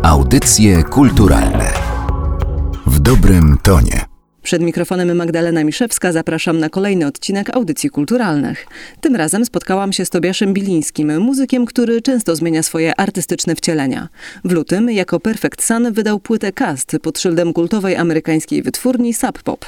Audycje kulturalne w dobrym tonie. Przed mikrofonem Magdalena Miszewska zapraszam na kolejny odcinek Audycji Kulturalnych. Tym razem spotkałam się z Tobiaszem Bilińskim, muzykiem, który często zmienia swoje artystyczne wcielenia. W lutym jako Perfect Sun wydał płytę Cast pod szyldem kultowej amerykańskiej wytwórni Sub Pop.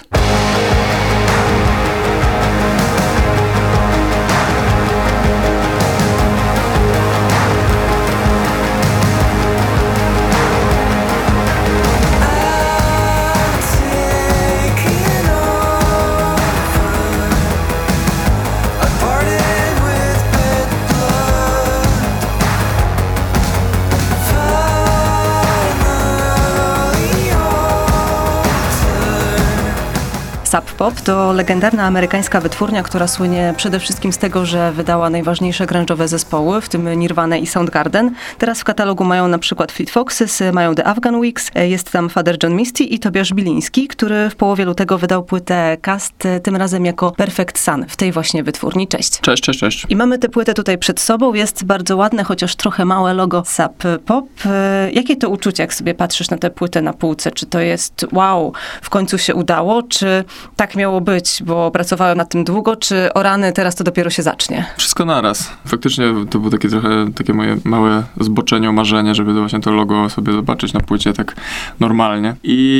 Sub Pop to legendarna amerykańska wytwórnia, która słynie przede wszystkim z tego, że wydała najważniejsze grunge'owe zespoły, w tym Nirvanę i Soundgarden. Teraz w katalogu mają na przykład Fleet Foxes, mają The Afghan Wigs, jest tam Father John Misty i Tobiasz Biliński, który w połowie lutego wydał płytę Cast, tym razem jako Perfect Sun w tej właśnie wytwórni. Cześć. Cześć. I mamy tę płytę tutaj przed sobą, jest bardzo ładne, chociaż trochę małe logo Sub Pop. Jakie to uczucie, jak sobie patrzysz na tę płytę na półce? Czy to jest wow, w końcu się udało, czy tak miało być, bo pracowałem nad tym długo, czy o rany, teraz to dopiero się zacznie? Wszystko naraz. Faktycznie to było takie moje małe zboczenie, marzenie, żeby właśnie to logo sobie zobaczyć na płycie tak normalnie.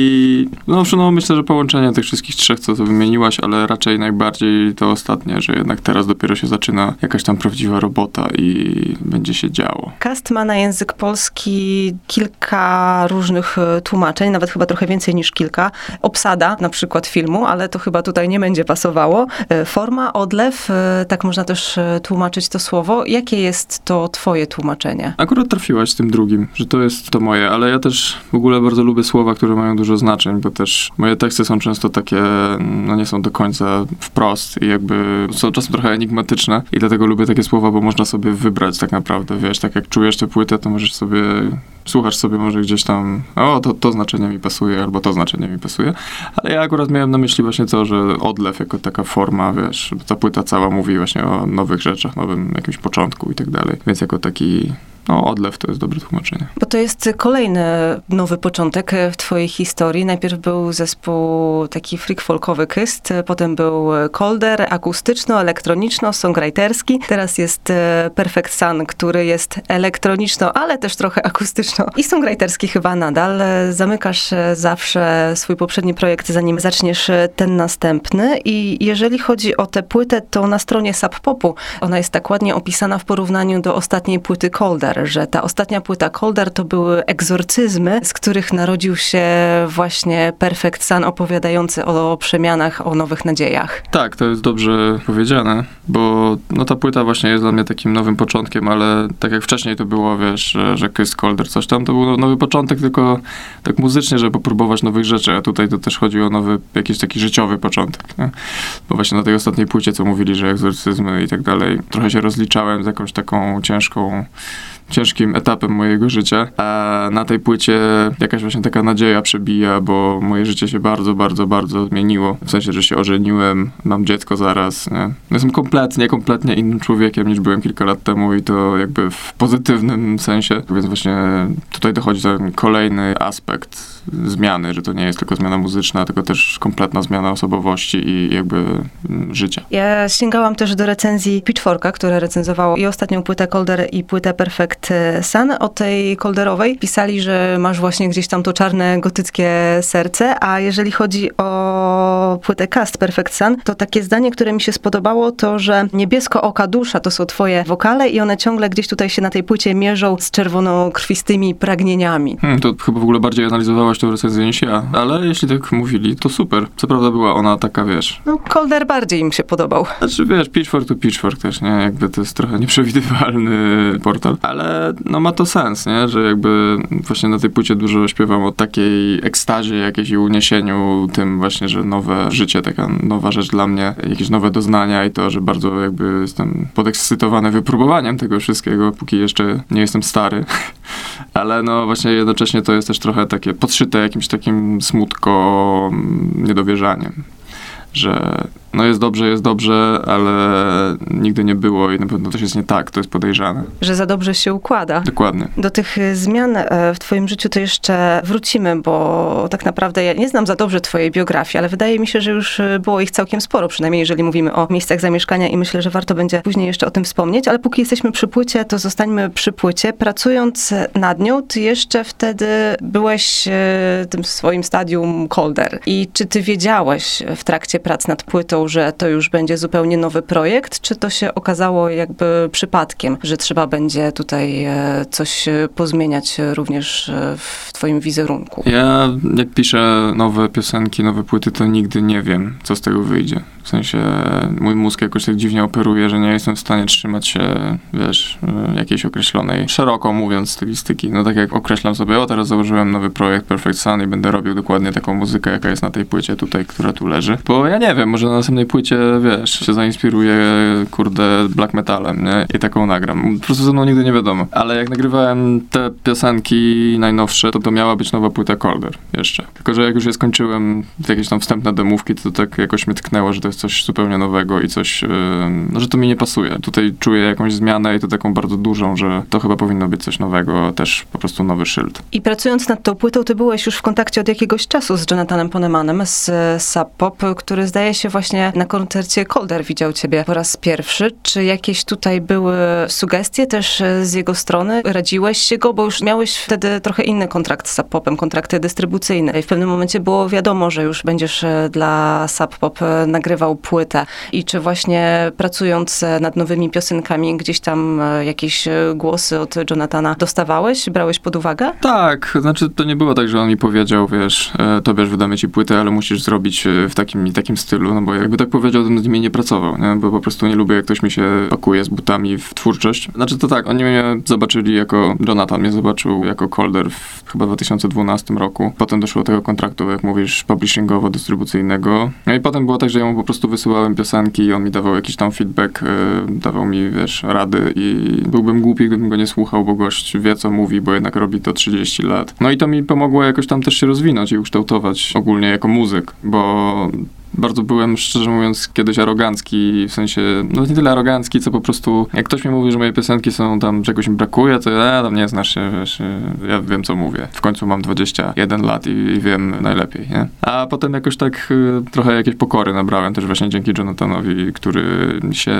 I no myślę, że połączenie tych wszystkich trzech, co wymieniłaś, ale raczej najbardziej to ostatnie, że jednak teraz dopiero się zaczyna jakaś tam prawdziwa robota i będzie się działo. Cast ma na język polski kilka różnych tłumaczeń, nawet chyba trochę więcej niż kilka. Obsada, na przykład filmu, ale to chyba tutaj nie będzie pasowało. Forma, odlew, tak można też tłumaczyć to słowo. Jakie jest to twoje tłumaczenie? Akurat trafiłaś z tym drugim, że to jest to moje, ale ja też w ogóle bardzo lubię słowa, które mają dużo znaczeń, bo też moje teksty są często takie, nie są do końca wprost i jakby są czasem trochę enigmatyczne i dlatego lubię takie słowa, bo można sobie wybrać tak naprawdę, wiesz, tak jak czujesz tę płytę, to możesz sobie, słuchasz sobie może gdzieś tam, to znaczenie mi pasuje, albo to znaczenie mi pasuje, ale ja akurat miałem na myśli właśnie to, że odlew jako taka forma, wiesz, ta płyta cała mówi właśnie o nowych rzeczach, nowym jakimś początku i tak dalej, więc jako taki odlew to jest dobre tłumaczenie. Bo to jest kolejny nowy początek w twojej historii. Najpierw był zespół taki freak folkowy Kyst, potem był Kolder, akustyczno-elektroniczno-songwriterski. Teraz jest Perfect Sun, który jest elektroniczno, ale też trochę akustyczno i songwriterski chyba nadal. Zamykasz zawsze swój poprzedni projekt, zanim zaczniesz ten następny. I jeżeli chodzi o tę płytę, to na stronie Sub Popu ona jest tak ładnie opisana w porównaniu do ostatniej płyty Kolder, że ta ostatnia płyta Kolder to były egzorcyzmy, z których narodził się właśnie Perfect Sun opowiadający o przemianach, o nowych nadziejach. Tak, to jest dobrze powiedziane, bo ta płyta właśnie jest dla mnie takim nowym początkiem, ale tak jak wcześniej to było, wiesz, że Kiss Kolder, coś tam, to był nowy początek, tylko tak muzycznie, żeby popróbować nowych rzeczy, a tutaj to też chodzi o nowy, jakiś taki życiowy początek, nie? Bo właśnie na tej ostatniej płycie, co mówili, że egzorcyzmy i tak dalej, trochę się rozliczałem z jakąś taką ciężkim etapem mojego życia, a na tej płycie jakaś właśnie taka nadzieja przebija, bo moje życie się bardzo, bardzo, bardzo zmieniło. W sensie, że się ożeniłem, mam dziecko zaraz, nie? Jestem kompletnie innym człowiekiem niż byłem kilka lat temu i to jakby w pozytywnym sensie, więc właśnie tutaj dochodzi ten kolejny aspekt zmiany, że to nie jest tylko zmiana muzyczna, tylko też kompletna zmiana osobowości i jakby życia. Ja sięgałam też do recenzji Pitchforka, które recenzowało i ostatnią płytę Kolder i płytę Perfect Sun. O tej kolderowej pisali, że masz właśnie gdzieś tam to czarne, gotyckie serce, a jeżeli chodzi o płytę Cast Perfect Sun, to takie zdanie, które mi się spodobało, to, że niebiesko-oka dusza to są twoje wokale i one ciągle gdzieś tutaj się na tej płycie mierzą z czerwonokrwistymi pragnieniami. To chyba w ogóle bardziej analizowałaś tę recenzję niż ja, ale jeśli tak mówili, to super. Co prawda była ona taka, wiesz... Kolder bardziej im się podobał. Znaczy, wiesz, Pitchfork to Pitchfork też, nie? Jakby to jest trochę nieprzewidywalny portal, ale ma to sens, nie? Że jakby właśnie na tej płycie dużo śpiewam o takiej ekstazie jakiejś i uniesieniu tym właśnie, że nowe życie, taka nowa rzecz dla mnie, jakieś nowe doznania i to, że bardzo jakby jestem podekscytowany wypróbowaniem tego wszystkiego, póki jeszcze nie jestem stary. Ale właśnie jednocześnie to jest też trochę takie podszyte jakimś takim smutko niedowierzaniem. że no jest dobrze, ale nigdy nie było i na pewno coś jest nie tak, to jest podejrzane. Że za dobrze się układa. Dokładnie. Do tych zmian w twoim życiu to jeszcze wrócimy, bo tak naprawdę ja nie znam za dobrze twojej biografii, ale wydaje mi się, że już było ich całkiem sporo, przynajmniej jeżeli mówimy o miejscach zamieszkania i myślę, że warto będzie później jeszcze o tym wspomnieć, ale póki jesteśmy przy płycie, to zostańmy przy płycie. Pracując nad nią, ty jeszcze wtedy byłeś w tym swoim stadium Colder. I czy ty wiedziałeś w trakcie prac nad płytą, że to już będzie zupełnie nowy projekt, czy to się okazało jakby przypadkiem, że trzeba będzie tutaj coś pozmieniać również w twoim wizerunku? Ja jak piszę nowe piosenki, nowe płyty, to nigdy nie wiem, co z tego wyjdzie. W sensie mój mózg jakoś tak dziwnie operuje, że nie jestem w stanie trzymać się, wiesz, jakiejś określonej, szeroko mówiąc, stylistyki. No tak jak określam sobie, teraz założyłem nowy projekt Perfect Sun i będę robił dokładnie taką muzykę, jaka jest na tej płycie tutaj, która tu leży. Bo ja nie wiem, może na następnej płycie, wiesz, się zainspiruję, kurde, black metalem, nie? I taką nagram. Po prostu ze mną nigdy nie wiadomo. Ale jak nagrywałem te piosenki najnowsze, to miała być nowa płyta Colder jeszcze. Tylko, że jak już je skończyłem, jakieś tam wstępne demówki, to tak jakoś mnie tknęło, że to jest coś zupełnie nowego i coś, no, że to mi nie pasuje. Tutaj czuję jakąś zmianę i to taką bardzo dużą, że to chyba powinno być coś nowego, też po prostu nowy szyld. I pracując nad tą płytą, ty byłeś już w kontakcie od jakiegoś czasu z Jonathanem Ponemanem z Sub Pop, który zdaje się właśnie na koncercie Colder widział ciebie po raz pierwszy. Czy jakieś tutaj były sugestie też z jego strony? Radziłeś się go, bo już miałeś wtedy trochę inny kontrakt z Sub Popem, kontrakty dystrybucyjne. I w pewnym momencie było wiadomo, że już będziesz dla Sub Pop nagrywał płytę. I czy właśnie pracując nad nowymi piosenkami, gdzieś tam jakieś głosy od Jonathana dostawałeś? Brałeś pod uwagę? Tak, znaczy to nie było tak, że on mi powiedział, wiesz, Tobiasz, wydamy ci płytę, ale musisz zrobić w takim i takim stylu, no bo jakby tak powiedział, to nad nimi nie pracował, nie? Bo po prostu nie lubię, jak ktoś mi się pakuje z butami w twórczość. Znaczy to tak, oni mnie zobaczyli jako, Jonathan mnie zobaczył jako Colder w chyba 2012 roku. Potem doszło do tego kontraktu, jak mówisz, publishingowo-dystrybucyjnego. No i potem było tak, że ja mu po prostu wysyłałem piosenki i on mi dawał jakiś tam feedback, dawał mi, wiesz, rady i byłbym głupi, gdybym go nie słuchał, bo gość wie, co mówi, bo jednak robi to 30 lat. No i to mi pomogło jakoś tam też się rozwinąć i ukształtować ogólnie jako muzyk, bo bardzo byłem, szczerze mówiąc, kiedyś arogancki, w sensie, no nie tyle arogancki, co po prostu, jak ktoś mi mówi, że moje piosenki są tam, czegoś mi brakuje, to ja tam nie znasz się, wiesz, ja wiem, co mówię. W końcu mam 21 lat i wiem najlepiej, nie? A potem jakoś tak trochę jakieś pokory nabrałem też właśnie dzięki Jonathanowi, który się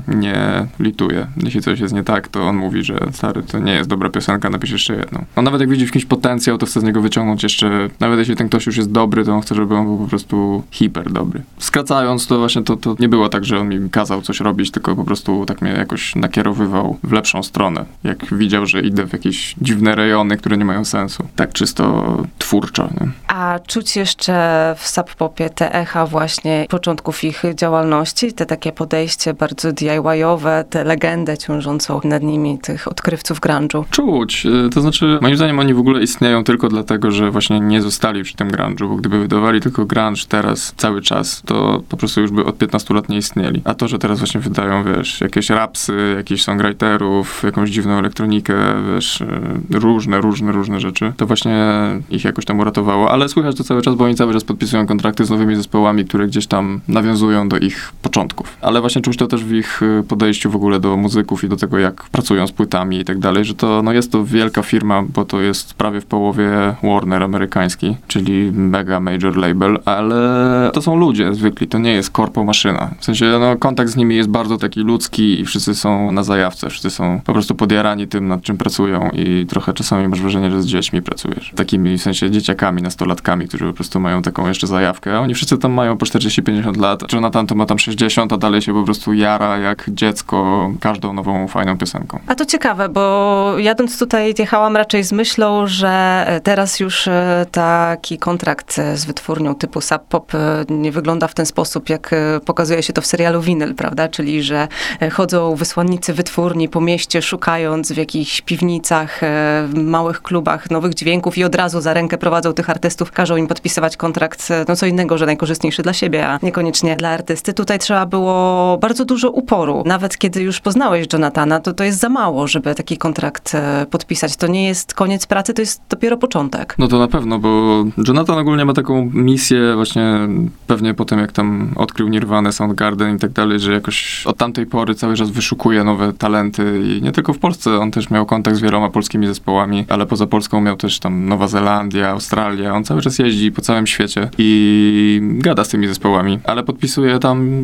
nie lituje. Jeśli coś jest nie tak, to on mówi, że stary, to nie jest dobra piosenka, napisz jeszcze jedną. On nawet jak widzi w kimś potencjał, to chce z niego wyciągnąć jeszcze, nawet jeśli ten ktoś już jest dobry, to on chce, żeby on był po prostu hiper dobry. Skracając, to właśnie to nie było tak, że on mi kazał coś robić, tylko po prostu tak mnie jakoś nakierowywał w lepszą stronę. Jak widział, że idę w jakieś dziwne rejony, które nie mają sensu. Tak czysto twórczo, nie? A czuć jeszcze w Sub Popie te echa właśnie początków ich działalności, te takie podejście bardzo DIY-owe, tę legendę ciążącą nad nimi, tych odkrywców grunge'u? Czuć. To znaczy, moim zdaniem oni w ogóle istnieją tylko dlatego, że właśnie nie zostali przy tym grunge'u, bo gdyby wydawali tylko grunge teraz cały czas, to po prostu już by od 15 lat nie istnieli. A to, że teraz właśnie wydają, wiesz, jakieś rapsy, jakichś songwriterów, jakąś dziwną elektronikę, wiesz, różne rzeczy, to właśnie ich jakoś tam uratowało. Ale słychać to cały czas, bo oni cały czas podpisują kontrakty z nowymi zespołami, które gdzieś tam nawiązują do ich początków. Ale właśnie czuć to też w ich podejściu w ogóle do muzyków i do tego, jak pracują z płytami i tak dalej, że to, no jest to wielka firma, bo to jest prawie w połowie Warner amerykański, czyli mega major label, ale to są ludzie zwykli, to nie jest korpo maszyna. W sensie, no, kontakt z nimi jest bardzo taki ludzki i wszyscy są na zajawce, wszyscy są po prostu podjarani tym, nad czym pracują i trochę czasami masz wrażenie, że z dziećmi pracujesz. Takimi, w sensie, dzieciakami, nastolatkami, którzy po prostu mają taką jeszcze zajawkę, a oni wszyscy tam mają po 40-50 lat. Jonathan to ma tam 60, a dalej się po prostu jara jak dziecko każdą nową, fajną piosenką. A to ciekawe, bo jadąc tutaj jechałam raczej z myślą, że teraz już taki kontrakt z wytwórnią typu Sub Pop nie wygląda w ten sposób, jak pokazuje się to w serialu Winyl, prawda? Czyli, że chodzą wysłannicy wytwórni po mieście, szukając w jakichś piwnicach, w małych klubach nowych dźwięków i od razu za rękę prowadzą tych artystów, każą im podpisywać kontrakt, no co innego, że najkorzystniejszy dla siebie, a niekoniecznie dla artysty. Tutaj trzeba było bardzo dużo uporu. Nawet kiedy już poznałeś Jonathana, to jest za mało, żeby taki kontrakt podpisać. To nie jest koniec pracy, to jest dopiero początek. No to na pewno, bo Jonathan ogólnie ma taką misję właśnie pewnie pewnie po tym, jak tam odkrył Nirvanę, Soundgarden i tak dalej, że jakoś od tamtej pory cały czas wyszukuje nowe talenty i nie tylko w Polsce, on też miał kontakt z wieloma polskimi zespołami, ale poza Polską miał też tam Nowa Zelandia, Australia, on cały czas jeździ po całym świecie i gada z tymi zespołami, ale podpisuje tam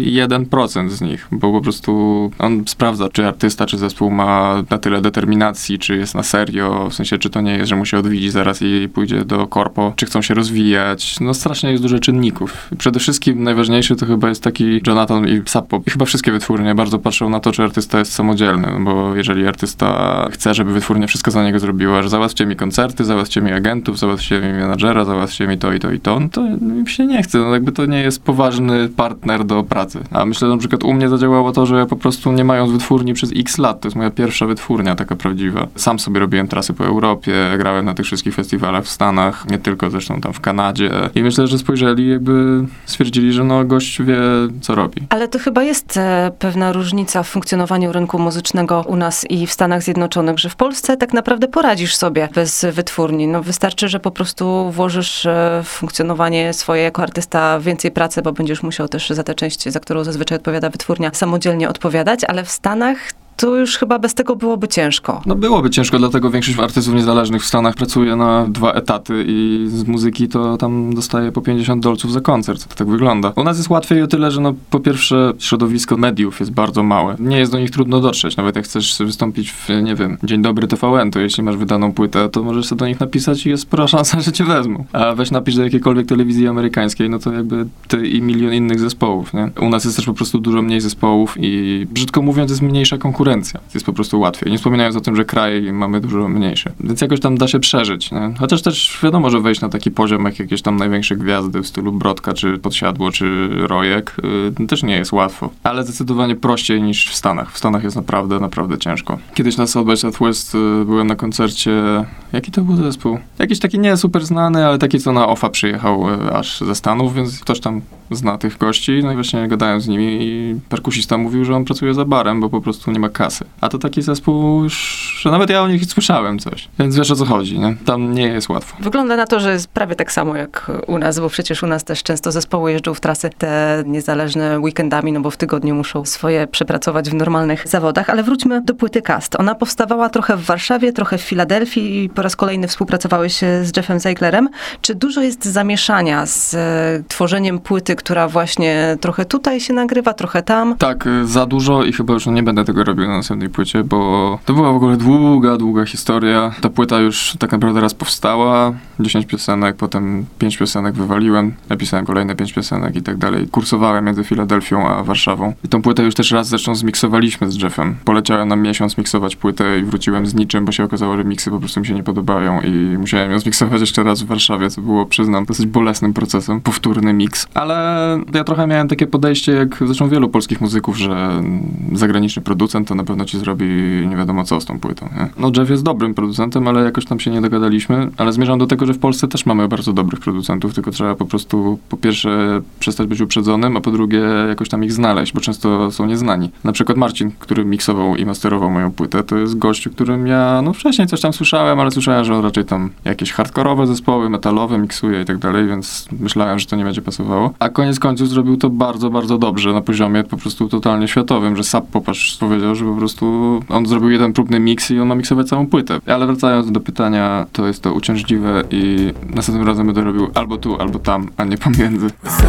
1% z nich, bo po prostu on sprawdza, czy artysta, czy zespół ma na tyle determinacji, czy jest na serio, w sensie, czy to nie jest, że mu się odwiedzi zaraz i pójdzie do korpo, czy chcą się rozwijać. No strasznie jest dużo czynników. Przede wszystkim najważniejszy to chyba jest taki Jonathan i Sappo. I chyba wszystkie wytwórnie bardzo patrzą na to, czy artysta jest samodzielny, bo jeżeli artysta chce, żeby wytwórnia wszystko za niego zrobiła, że załatwcie mi koncerty, załatwcie mi agentów, załatwcie mi menadżera, załatwcie mi to i to i to, no to mi się nie chce. No jakby to nie jest poważny partner do pracy. A myślę, że na przykład u mnie zadziałało to, że ja po prostu nie mając wytwórni przez x lat, to jest moja pierwsza wytwórnia taka prawdziwa. Sam sobie robiłem trasy po Europie, grałem na tych wszystkich festiwalach w Stanach, nie tylko zresztą tam w Kanadzie. I myślę, że spojrzeli, jakby stwierdzili, że no gość wie, co robi. Ale to chyba jest pewna różnica w funkcjonowaniu rynku muzycznego u nas i w Stanach Zjednoczonych, że w Polsce tak naprawdę poradzisz sobie bez wytwórni. No wystarczy, że po prostu włożysz w funkcjonowanie swoje jako artysta więcej pracy, bo będziesz musiał też za tę część, za którą zazwyczaj odpowiada wytwórnia, samodzielnie odpowiadać, ale w Stanach to już chyba bez tego byłoby ciężko. No byłoby ciężko, dlatego większość artystów niezależnych w Stanach pracuje na 2 etaty i z muzyki to tam dostaje po $50 za koncert. To tak wygląda. U nas jest łatwiej o tyle, że no po pierwsze środowisko mediów jest bardzo małe. Nie jest do nich trudno dotrzeć. Nawet jak chcesz wystąpić w, nie wiem, Dzień Dobry TVN, to jeśli masz wydaną płytę, to możesz sobie do nich napisać i jest spora szansa, że cię wezmą. A weź napisz do jakiejkolwiek telewizji amerykańskiej, no to jakby ty i milion innych zespołów, nie? U nas jest też po prostu dużo mniej zespołów i brzydko mówiąc jest mniejsza konkurencja. Jest po prostu łatwiej. Nie wspominając o tym, że kraj mamy dużo mniejszy. Więc jakoś tam da się przeżyć, nie? Chociaż też wiadomo, że wejść na taki poziom jak jakieś tam największe gwiazdy w stylu Brodka, czy Podsiadło, czy Rojek, też nie jest łatwo. Ale zdecydowanie prościej niż w Stanach. W Stanach jest naprawdę, naprawdę ciężko. Kiedyś na South by Southwest byłem na koncercie... Jaki to był zespół? Jakiś taki nie super znany, ale taki, co na OFA przyjechał aż ze Stanów, więc ktoś tam zna tych gości. No i właśnie gadałem z nimi i perkusista mówił, że on pracuje za barem, bo po prostu nie ma kasy. A to taki zespół już, że nawet ja o nich słyszałem coś. Więc wiesz, o co chodzi, nie? Tam nie jest łatwo. Wygląda na to, że jest prawie tak samo jak u nas, bo przecież u nas też często zespoły jeżdżą w trasy te niezależne weekendami, no bo w tygodniu muszą swoje przepracować w normalnych zawodach. Ale wróćmy do płyty Cast. Ona powstawała trochę w Warszawie, trochę w Filadelfii i po raz kolejny współpracowałeś z Jeffem Zeiglerem. Czy dużo jest zamieszania z tworzeniem płyty, która właśnie trochę tutaj się nagrywa, trochę tam? Tak, za dużo i chyba już nie będę tego robił na następnej płycie, bo to była w ogóle długa historia. Ta płyta już tak naprawdę raz powstała, 10 piosenek, potem 5 piosenek wywaliłem, napisałem kolejne 5 piosenek i tak dalej. Kursowałem między Filadelfią a Warszawą. I tą płytę już też raz zresztą zmiksowaliśmy z Jeffem. Poleciałem na miesiąc miksować płytę i wróciłem z niczym, bo się okazało, że miksy po prostu mi się nie podobają i musiałem ją zmiksować jeszcze raz w Warszawie, co było, przyznam, dosyć bolesnym procesem. Powtórny miks. Ale ja trochę miałem takie podejście, jak zresztą wielu polskich muzyków, że zagraniczny producent to na pewno ci zrobi nie wiadomo co z tą płytą, nie? No Jeff jest dobrym producentem, ale jakoś tam się nie dogadaliśmy, ale zmierzam do tego, że w Polsce też mamy bardzo dobrych producentów, tylko trzeba po prostu po pierwsze przestać być uprzedzonym, a po drugie jakoś tam ich znaleźć, bo często są nieznani. Na przykład Marcin, który miksował i masterował moją płytę, to jest gościu, którym ja, no wcześniej coś tam słyszałem, ale słyszałem, że on raczej tam jakieś hardkorowe zespoły, metalowe miksuje i tak dalej, więc myślałem, że to nie będzie pasowało. A koniec końców zrobił to bardzo, bardzo dobrze, na poziomie po prostu totalnie światowym, że Sappo powiedział, że po prostu on zrobił jeden próbny miks i on ma miksować całą płytę. Ale wracając do pytania, to jest to uciążliwe i następnym razem będę robił albo tu, albo tam, a nie pomiędzy.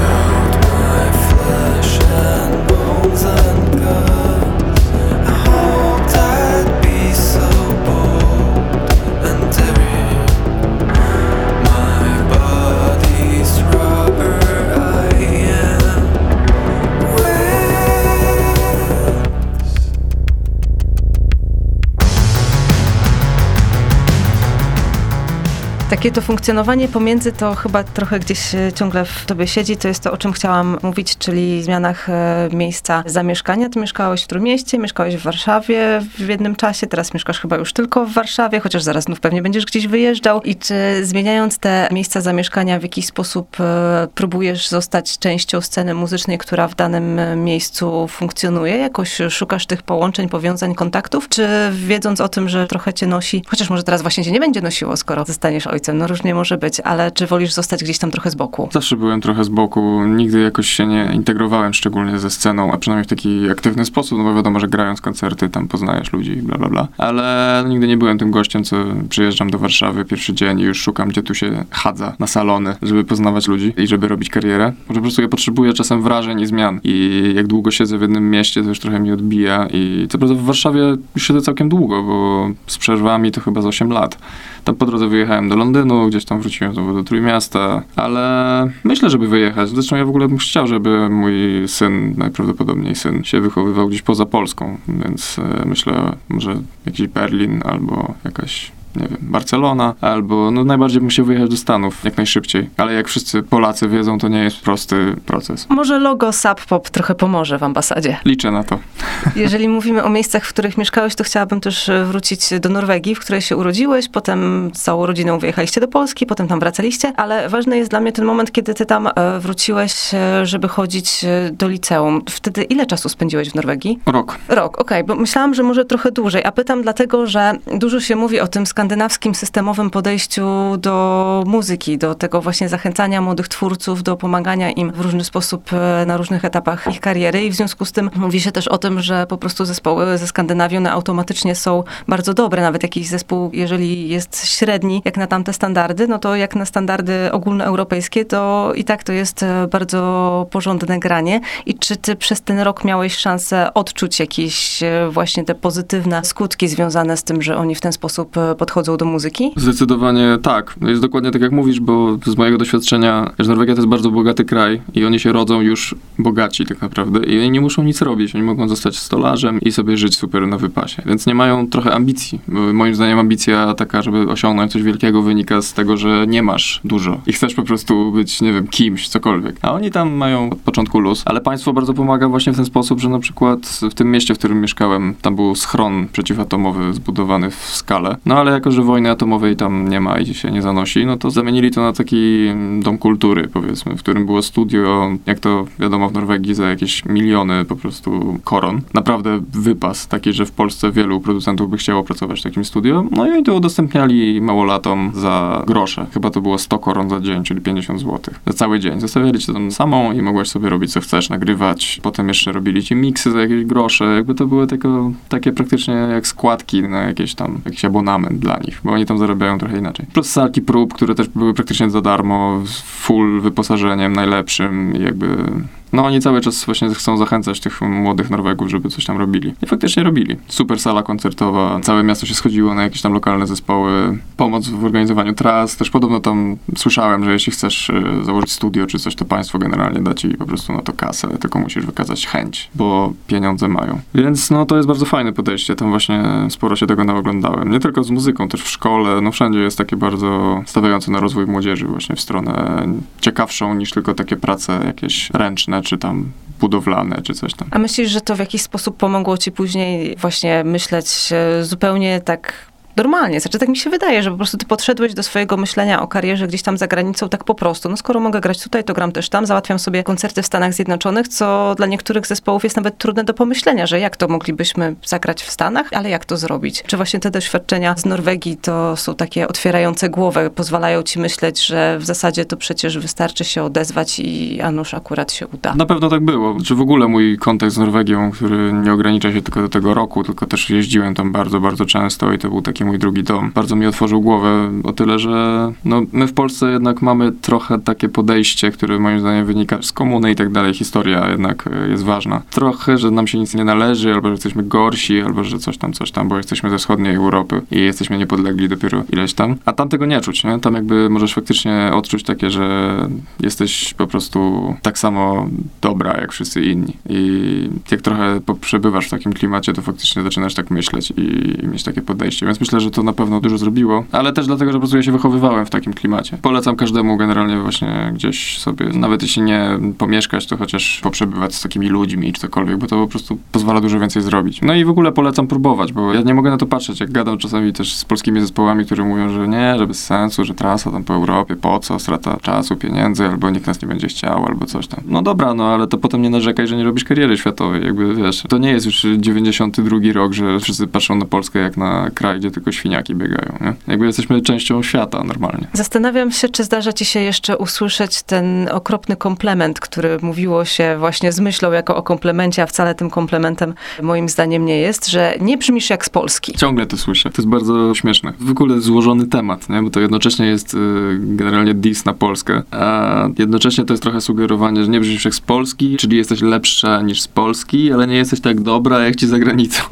Takie to funkcjonowanie pomiędzy to chyba trochę gdzieś ciągle w tobie siedzi. To jest to, o czym chciałam mówić, czyli zmianach miejsca zamieszkania. Ty mieszkałeś w Trójmieście, mieszkałeś w Warszawie w jednym czasie, teraz mieszkasz chyba już tylko w Warszawie, chociaż zaraz znów pewnie będziesz gdzieś wyjeżdżał. I czy zmieniając te miejsca zamieszkania w jakiś sposób próbujesz zostać częścią sceny muzycznej, która w danym miejscu funkcjonuje? Jakoś szukasz tych połączeń, powiązań, kontaktów? Czy wiedząc o tym, że trochę cię nosi, chociaż może teraz właśnie cię nie będzie nosiło, skoro zostaniesz ojcem ojcem, no różnie może być, ale czy wolisz zostać gdzieś tam trochę z boku? Zawsze byłem trochę z boku, nigdy jakoś się nie integrowałem szczególnie ze sceną, a przynajmniej w taki aktywny sposób, no bo wiadomo, że grając koncerty, tam poznajesz ludzi, bla, bla, bla. Ale nigdy nie byłem tym gościem, co przyjeżdżam do Warszawy pierwszy dzień i już szukam, gdzie tu się chadza na salony, żeby poznawać ludzi i żeby robić karierę. Może po prostu ja potrzebuję czasem wrażeń i zmian. I jak długo siedzę w jednym mieście, to już trochę mi odbija. I co prawda w Warszawie już siedzę całkiem długo, bo z przerwami to chyba z 8 lat. Tam po drodze wyjechałem do Londynu, gdzieś tam wróciłem znowu do Trójmiasta, ale myślę, żeby wyjechać. Zresztą ja w ogóle bym chciał, żeby mój syn, najprawdopodobniej syn, się wychowywał gdzieś poza Polską, więc myślę, może jakiś Berlin albo jakaś, nie wiem, Barcelona, albo no najbardziej bym się wyjechać do Stanów jak najszybciej. Ale jak wszyscy Polacy wiedzą, to nie jest prosty proces. Może logo Sub-Pop trochę pomoże w ambasadzie. Liczę na to. Jeżeli mówimy o miejscach, w których mieszkałeś, to chciałabym też wrócić do Norwegii, w której się urodziłeś, potem z całą rodziną wyjechaliście do Polski, potem tam wracaliście, ale ważny jest dla mnie ten moment, kiedy ty tam wróciłeś, żeby chodzić do liceum. Wtedy ile czasu spędziłeś w Norwegii? Rok, okej, bo myślałam, że może trochę dłużej, a pytam dlatego, że dużo się mówi o tym skandynawskim systemowym podejściu do muzyki, do tego właśnie zachęcania młodych twórców, do pomagania im w różny sposób na różnych etapach ich kariery i w związku z tym mówi się też o tym, że po prostu zespoły ze Skandynawii, one automatycznie są bardzo dobre. Nawet jakiś zespół, jeżeli jest średni jak na tamte standardy, no to jak na standardy ogólnoeuropejskie, to i tak to jest bardzo porządne granie. I czy ty przez ten rok miałeś szansę odczuć jakieś właśnie te pozytywne skutki związane z tym, że oni w ten sposób podchodzą do muzyki? Zdecydowanie tak. Jest dokładnie tak, jak mówisz, bo z mojego doświadczenia, że Norwegia to jest bardzo bogaty kraj i oni się rodzą już bogaci tak naprawdę i oni nie muszą nic robić. Oni mogą zostać stolarzem i sobie żyć super na wypasie. Więc nie mają trochę ambicji. Moim zdaniem ambicja taka, żeby osiągnąć coś wielkiego, wynika z tego, że nie masz dużo i chcesz po prostu być, nie wiem, kimś, cokolwiek. A oni tam mają od początku luz. Ale państwo bardzo pomaga właśnie w ten sposób, że na przykład w tym mieście, w którym mieszkałem, tam był schron przeciwatomowy zbudowany w skale. No ale jako, że wojny atomowej tam nie ma i się nie zanosi, no to zamienili to na taki dom kultury, powiedzmy, w którym było studio, jak to wiadomo w Norwegii, za jakieś miliony po prostu koron. Naprawdę wypas, taki, że w Polsce wielu producentów by chciało pracować w takim studio. No i oni to udostępniali małolatom za grosze. Chyba to było 100 koron za dzień, czyli 50 zł. Za cały dzień. Zostawiali cię tam samą i mogłaś sobie robić co chcesz, nagrywać. Potem jeszcze robili ci miksy za jakieś grosze. Jakby to były takie praktycznie jak składki na jakiś abonament dla nich, bo oni tam zarabiają trochę inaczej. Plus salki prób, które też były praktycznie za darmo, z full wyposażeniem najlepszym i jakby... No oni cały czas właśnie chcą zachęcać tych młodych Norwegów, żeby coś tam robili. I faktycznie robili. Super sala koncertowa, całe miasto się schodziło na jakieś tam lokalne zespoły, pomoc w organizowaniu tras. Też podobno tam słyszałem, że jeśli chcesz założyć studio czy coś, to państwo generalnie da ci po prostu na to kasę, tylko musisz wykazać chęć, bo pieniądze mają. Więc no to jest bardzo fajne podejście. Tam właśnie sporo się tego naoglądałem. Nie tylko z muzyką, też w szkole, no wszędzie jest takie bardzo stawiające na rozwój młodzieży właśnie w stronę ciekawszą niż tylko takie prace jakieś ręczne, czy tam budowlane, czy coś tam. A myślisz, że to w jakiś sposób pomogło ci później właśnie myśleć zupełnie tak normalnie? Znaczy, tak mi się wydaje, że po prostu ty podszedłeś do swojego myślenia o karierze gdzieś tam za granicą tak po prostu. No skoro mogę grać tutaj, to gram też tam. Załatwiam sobie koncerty w Stanach Zjednoczonych, co dla niektórych zespołów jest nawet trudne do pomyślenia, że jak to moglibyśmy zagrać w Stanach, ale jak to zrobić? Czy właśnie te doświadczenia z Norwegii to są takie otwierające głowę, pozwalają ci myśleć, że w zasadzie to przecież wystarczy się odezwać i a nuż akurat się uda. Na pewno tak było. Czy w ogóle mój kontakt z Norwegią, który nie ogranicza się tylko do tego roku, tylko też jeździłem tam bardzo, bardzo często i to był taki mój drugi dom. Bardzo mi otworzył głowę o tyle, że no, my w Polsce jednak mamy trochę takie podejście, które moim zdaniem wynika z komuny i tak dalej. Historia jednak jest ważna. Trochę, że nam się nic nie należy, albo że jesteśmy gorsi, albo że coś tam, bo jesteśmy ze wschodniej Europy i jesteśmy niepodlegli dopiero ileś tam. A tam tego nie czuć, nie? Tam jakby możesz faktycznie odczuć takie, że jesteś po prostu tak samo dobra, jak wszyscy inni. I jak trochę przebywasz w takim klimacie, to faktycznie zaczynasz tak myśleć i mieć takie podejście. Więc myślę, że to na pewno dużo zrobiło, ale też dlatego, że po prostu ja się wychowywałem w takim klimacie. Polecam każdemu generalnie właśnie gdzieś sobie, nawet jeśli nie pomieszkać, to chociaż poprzebywać z takimi ludźmi czy cokolwiek, bo to po prostu pozwala dużo więcej zrobić. No i w ogóle polecam próbować, bo ja nie mogę na to patrzeć, jak gadam czasami też z polskimi zespołami, które mówią, że nie, że bez sensu, że trasa tam po Europie, po co, strata czasu, pieniędzy, albo nikt nas nie będzie chciał, albo coś tam. No dobra, no ale to potem nie narzekaj, że nie robisz kariery światowej, jakby wiesz, to nie jest już 92 rok, że wszyscy patrzą na Polskę jak na kraj, gdzie tylko świniaki biegają, nie? Jakby jesteśmy częścią świata normalnie. Zastanawiam się, czy zdarza ci się jeszcze usłyszeć ten okropny komplement, który mówiło się właśnie z myślą jako o komplemencie, a wcale tym komplementem moim zdaniem nie jest, że nie brzmisz jak z Polski. Ciągle to słyszę. To jest bardzo śmieszne. W ogóle złożony temat, nie? Bo to jednocześnie jest generalnie diss na Polskę, a jednocześnie to jest trochę sugerowanie, że nie brzmisz jak z Polski, czyli jesteś lepsza niż z Polski, ale nie jesteś tak dobra jak ci za granicą.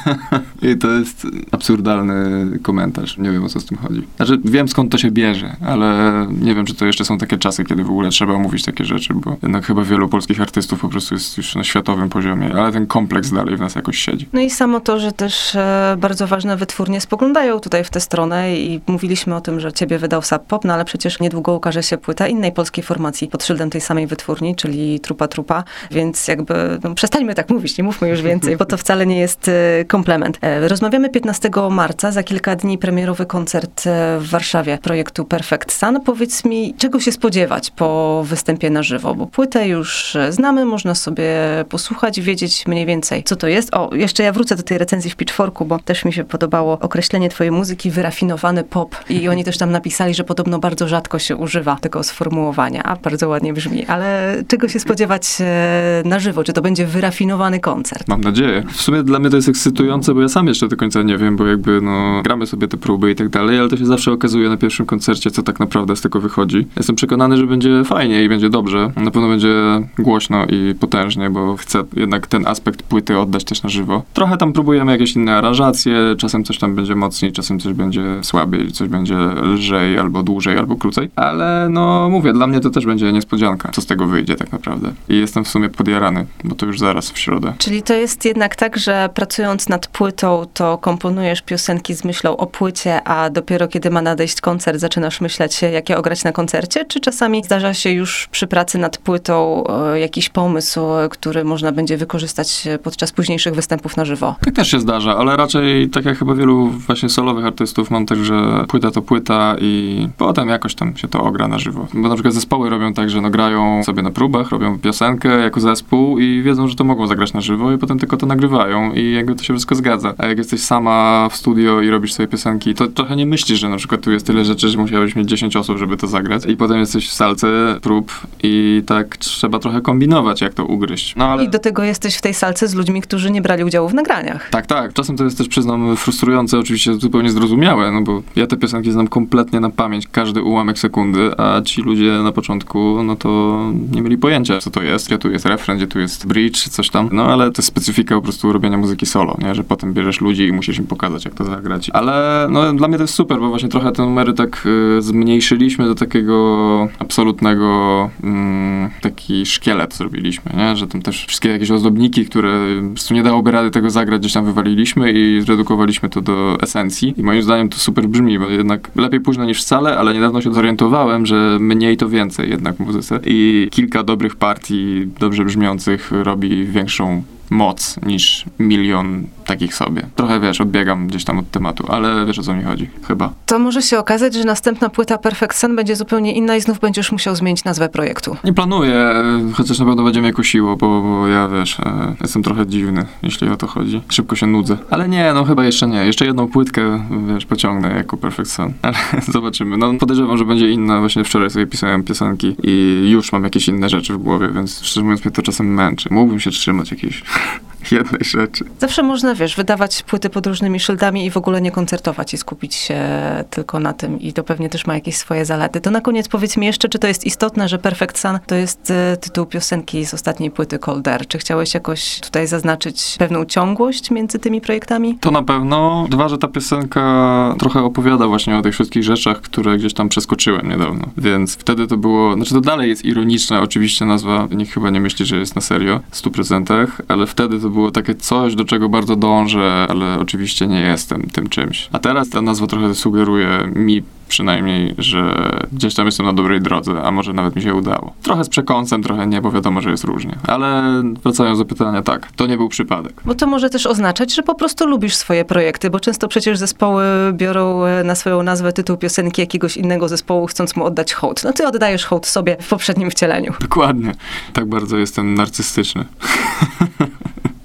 I to jest absurdalny komentarz. Nie wiem, o co z tym chodzi. Znaczy, wiem skąd to się bierze, ale nie wiem, czy to jeszcze są takie czasy, kiedy w ogóle trzeba mówić takie rzeczy, bo jednak chyba wielu polskich artystów po prostu jest już na światowym poziomie, ale ten kompleks dalej w nas jakoś siedzi. No i samo to, że też bardzo ważne wytwórnie spoglądają tutaj w tę stronę i mówiliśmy o tym, że ciebie wydał Sub Pop, no ale przecież niedługo ukaże się płyta innej polskiej formacji pod szyldem tej samej wytwórni, czyli Trupa Trupa, więc jakby przestańmy tak mówić, nie mówmy już więcej, bo to wcale nie jest komplement. Rozmawiamy 15 marca, za kilka dni premierowy koncert w Warszawie projektu Perfect Sun. Powiedz mi, czego się spodziewać po występie na żywo, bo płytę już znamy, można sobie posłuchać, wiedzieć mniej więcej, co to jest. O, jeszcze ja wrócę do tej recenzji w Pitchforku, bo też mi się podobało określenie twojej muzyki, wyrafinowany pop. I oni też tam napisali, że podobno bardzo rzadko się używa tego sformułowania, a bardzo ładnie brzmi. Ale czego się spodziewać na żywo? Czy to będzie wyrafinowany koncert? Mam nadzieję. W sumie dla mnie to jest ekscytujące, bo ja sam jeszcze do końca nie wiem, bo jakby gramy sobie te próby i tak dalej, ale to się zawsze okazuje na pierwszym koncercie, co tak naprawdę z tego wychodzi. Jestem przekonany, że będzie fajnie i będzie dobrze. Na pewno będzie głośno i potężnie, bo chcę jednak ten aspekt płyty oddać też na żywo. Trochę tam próbujemy jakieś inne aranżacje, czasem coś tam będzie mocniej, czasem coś będzie słabiej, coś będzie lżej, albo dłużej, albo krócej, ale mówię, dla mnie to też będzie niespodzianka, co z tego wyjdzie tak naprawdę. I jestem w sumie podjarany, bo to już zaraz w środę. Czyli to jest jednak tak, że pracując nad płytą, to komponujesz piosenki z myślą o płycie, a dopiero kiedy ma nadejść koncert, zaczynasz myśleć, jak je ograć na koncercie? Czy czasami zdarza się już przy pracy nad płytą jakiś pomysł, który można będzie wykorzystać podczas późniejszych występów na żywo? Tak też się zdarza, ale raczej tak jak chyba wielu właśnie solowych artystów mam tak, że płyta to płyta i potem jakoś tam się to ogra na żywo. Bo na przykład zespoły robią tak, że grają sobie na próbach, robią piosenkę jako zespół i wiedzą, że to mogą zagrać na żywo i potem tylko to nagrywają i jakby to się wszystko zgadza. A jak jesteś sama w studio i robisz sobie piosenki, to trochę nie myślisz, że na przykład tu jest tyle rzeczy, że musiałeś mieć 10 osób, żeby to zagrać i potem jesteś w salce prób i tak trzeba trochę kombinować, jak to ugryźć. No, ale... I do tego jesteś w tej salce z ludźmi, którzy nie brali udziału w nagraniach. Tak. Czasem to jest też, przyznam, frustrujące, oczywiście zupełnie zrozumiałe, bo ja te piosenki znam kompletnie na pamięć, każdy ułamek sekundy, a ci ludzie na początku, to nie mieli pojęcia, co to jest, gdzie tu jest refren, gdzie tu jest bridge, coś tam. Ale to jest specyfika po prostu robienia muzyki solo, nie? Że potem bierzesz ludzi i musisz im pokazać, jak to zagrać. Ale dla mnie to jest super, bo właśnie trochę te numery tak zmniejszyliśmy do takiego absolutnego taki szkielet zrobiliśmy, nie? Że tam też wszystkie jakieś ozdobniki, które po prostu nie dałoby rady tego zagrać, gdzieś tam wywaliliśmy i zredukowaliśmy to do esencji. I moim zdaniem to super brzmi, bo jednak lepiej późno niż wcale, ale niedawno się zorientowałem, że mniej to więcej jednak w muzyce. I kilka dobrych partii, dobrze brzmiących robi większą moc niż milion takich sobie. Trochę, odbiegam gdzieś tam od tematu, ale wiesz, o co mi chodzi. Chyba. To może się okazać, że następna płyta Perfect Sun będzie zupełnie inna i znów będziesz musiał zmienić nazwę projektu. Nie planuję, chociaż na pewno będzie mnie kusiło, bo ja, jestem trochę dziwny, jeśli o to chodzi. Szybko się nudzę. Ale nie, chyba jeszcze nie. Jeszcze jedną płytkę, pociągnę jako Perfect Sun. Ale zobaczymy. Podejrzewam, że będzie inna. Właśnie wczoraj sobie pisałem piosenki i już mam jakieś inne rzeczy w głowie, więc szczerze mówiąc mnie to czasem męczy. Mógłbym się trzymać jakiejś jednej rzeczy. Zawsze można, wydawać płyty pod różnymi szyldami i w ogóle nie koncertować i skupić się tylko na tym i to pewnie też ma jakieś swoje zalety. To na koniec powiedz mi jeszcze, czy to jest istotne, że Perfect Sun to jest tytuł piosenki z ostatniej płyty Cold Air. Czy chciałeś jakoś tutaj zaznaczyć pewną ciągłość między tymi projektami? To na pewno. Dwa, że ta piosenka trochę opowiada właśnie o tych wszystkich rzeczach, które gdzieś tam przeskoczyłem niedawno. Więc wtedy to było, to dalej jest ironiczna oczywiście nazwa, nikt chyba nie myśli, że jest na serio w 100%, ale wtedy to było takie coś, do czego bardzo dążę, ale oczywiście nie jestem tym czymś. A teraz ta nazwa trochę sugeruje mi przynajmniej, że gdzieś tam jestem na dobrej drodze, a może nawet mi się udało. Trochę z przekąsem, trochę nie, bo wiadomo, że jest różnie. Ale wracając do pytania, tak, to nie był przypadek. Bo to może też oznaczać, że po prostu lubisz swoje projekty, bo często przecież zespoły biorą na swoją nazwę tytuł piosenki jakiegoś innego zespołu, chcąc mu oddać hołd. Ty oddajesz hołd sobie w poprzednim wcieleniu. Dokładnie. Tak bardzo jestem narcystyczny.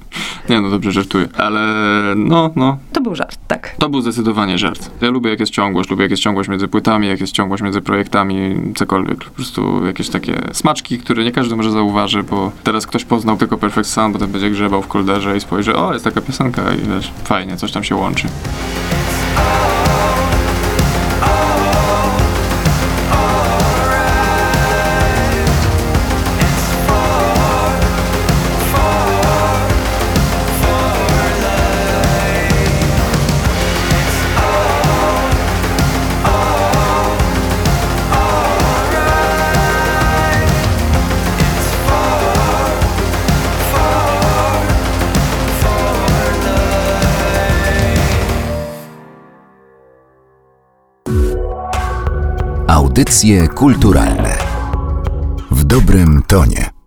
Nie, no dobrze, żartuję. Ale no. To był żart, tak. To był zdecydowanie żart. Ja lubię, jak jest ciągłość między płytami, jak jest ciągłość między projektami, cokolwiek. Po prostu jakieś takie smaczki, które nie każdy może zauważy, bo teraz ktoś poznał tylko Perfect Sun, potem będzie grzebał w Colderze i spojrzy, o, jest taka piosenka i wiesz, fajnie, coś tam się łączy. Audycje kulturalne w dobrym tonie.